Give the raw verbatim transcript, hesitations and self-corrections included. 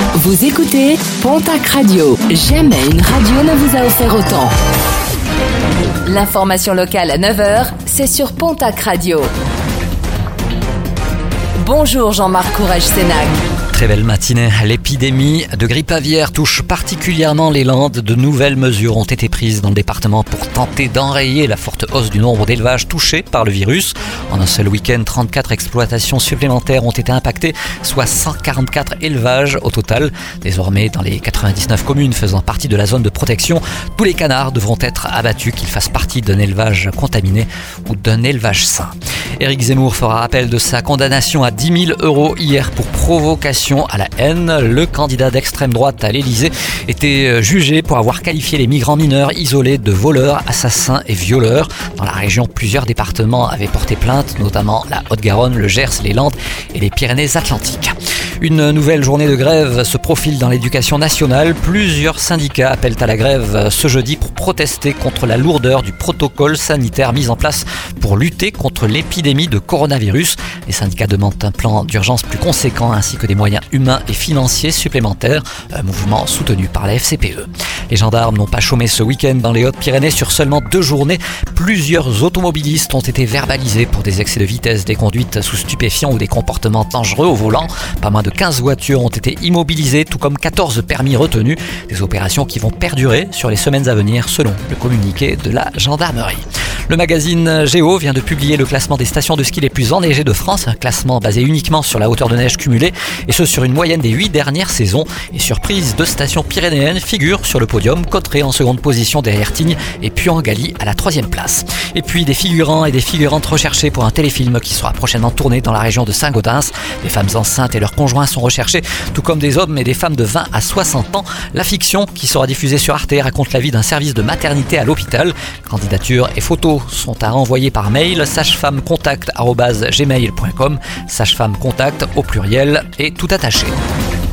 Vous écoutez Pontac Radio. Jamais une radio ne vous a offert autant. L'information locale à neuf heures, c'est sur Pontac Radio. Bonjour Jean-Marc Courage-Sénac. Très belle matinée. L'épidémie de grippe aviaire touche particulièrement les Landes. De nouvelles mesures ont été prises dans le département pour tenter d'enrayer la forte hausse du nombre d'élevages touchés par le virus. En un seul week-end, trente-quatre exploitations supplémentaires ont été impactées, soit cent quarante-quatre élevages au total. Désormais, dans les quatre-vingt-dix-neuf communes faisant partie de la zone de protection, tous les canards devront être abattus, qu'ils fassent partie d'un élevage contaminé ou d'un élevage sain. Éric Zemmour fera appel de sa condamnation à dix mille euros hier pour provocation à la haine. Le candidat d'extrême droite à l'Elysée était jugé pour avoir qualifié les migrants mineurs isolés de voleurs, assassins et violeurs. Dans la région, plusieurs départements avaient porté plainte, notamment la Haute-Garonne, le Gers, les Landes et les Pyrénées-Atlantiques. Une nouvelle journée de grève se profile dans l'éducation nationale. Plusieurs syndicats appellent à la grève ce jeudi pour protester contre la lourdeur du protocole sanitaire mis en place pour lutter contre l'épidémie de coronavirus. Les syndicats demandent un plan d'urgence plus conséquent ainsi que des moyens humains et financiers supplémentaires, un mouvement soutenu par la F C P E. Les gendarmes n'ont pas chômé ce week-end dans les Hautes-Pyrénées. Sur seulement deux journées, plusieurs automobilistes ont été verbalisés pour des excès de vitesse, des conduites sous stupéfiants ou des comportements dangereux au volant. Pas moins de quinze voitures ont été immobilisées, tout comme quatorze permis retenus. Des opérations qui vont perdurer sur les semaines à venir, selon le communiqué de la gendarmerie. Le magazine Géo vient de publier le classement des stations de ski les plus enneigées de France, un classement basé uniquement sur la hauteur de neige cumulée, et ce sur une moyenne des huit dernières saisons. Et surprise, deux stations pyrénéennes figurent sur le podium, Cauterets en seconde position derrière Tignes et Puy-en-Galie à la troisième place. Et puis des figurants et des figurantes recherchés pour un téléfilm qui sera prochainement tourné dans la région de Saint-Gaudens. Les femmes enceintes et leurs conjoints sont recherchés, tout comme des hommes et des femmes de vingt à soixante ans. La fiction, qui sera diffusée sur Arte, raconte la vie d'un service de maternité à l'hôpital. Candidatures et photos sont à renvoyer par mail sagefemmecontact arobase gmail point com, sagefemmecontact au pluriel et tout attaché.